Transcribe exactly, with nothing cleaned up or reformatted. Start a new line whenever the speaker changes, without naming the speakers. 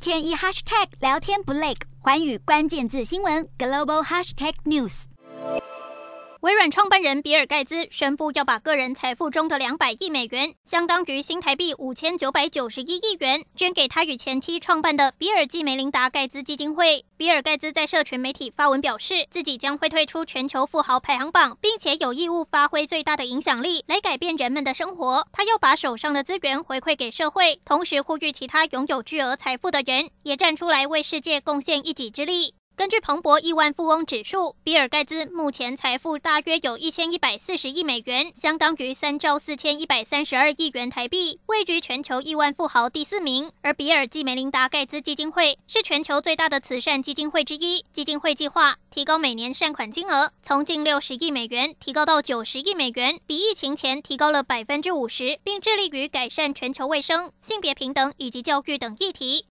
天一 hashtag 聊天不累，寰宇关键字新闻 global hashtag news。
微软创办人比尔·盖茨宣布要把个人财富中的两百亿美元，相当于新台币五千九百九十一亿元，捐给他与前妻创办的比尔·暨梅琳达·盖茨基金会。比尔·盖茨在社群媒体发文表示，自己将会退出全球富豪排行榜，并且有义务发挥最大的影响力来改变人们的生活。他要把手上的资源回馈给社会，同时呼吁其他拥有巨额财富的人也站出来为世界贡献一己之力。根据彭博亿万富翁指数，比尔·盖茨目前财富大约有一千一百四十亿美元，相当于三兆四千一百三十二亿元台币，位居全球亿万富豪第四名。而比尔·暨梅琳达·盖茨基金会是全球最大的慈善基金会之一，基金会计划提高每年善款金额，从近六十亿美元提高到九十亿美元，比疫情前提高了百分之五十，并致力于改善全球卫生、性别平等以及教育等议题。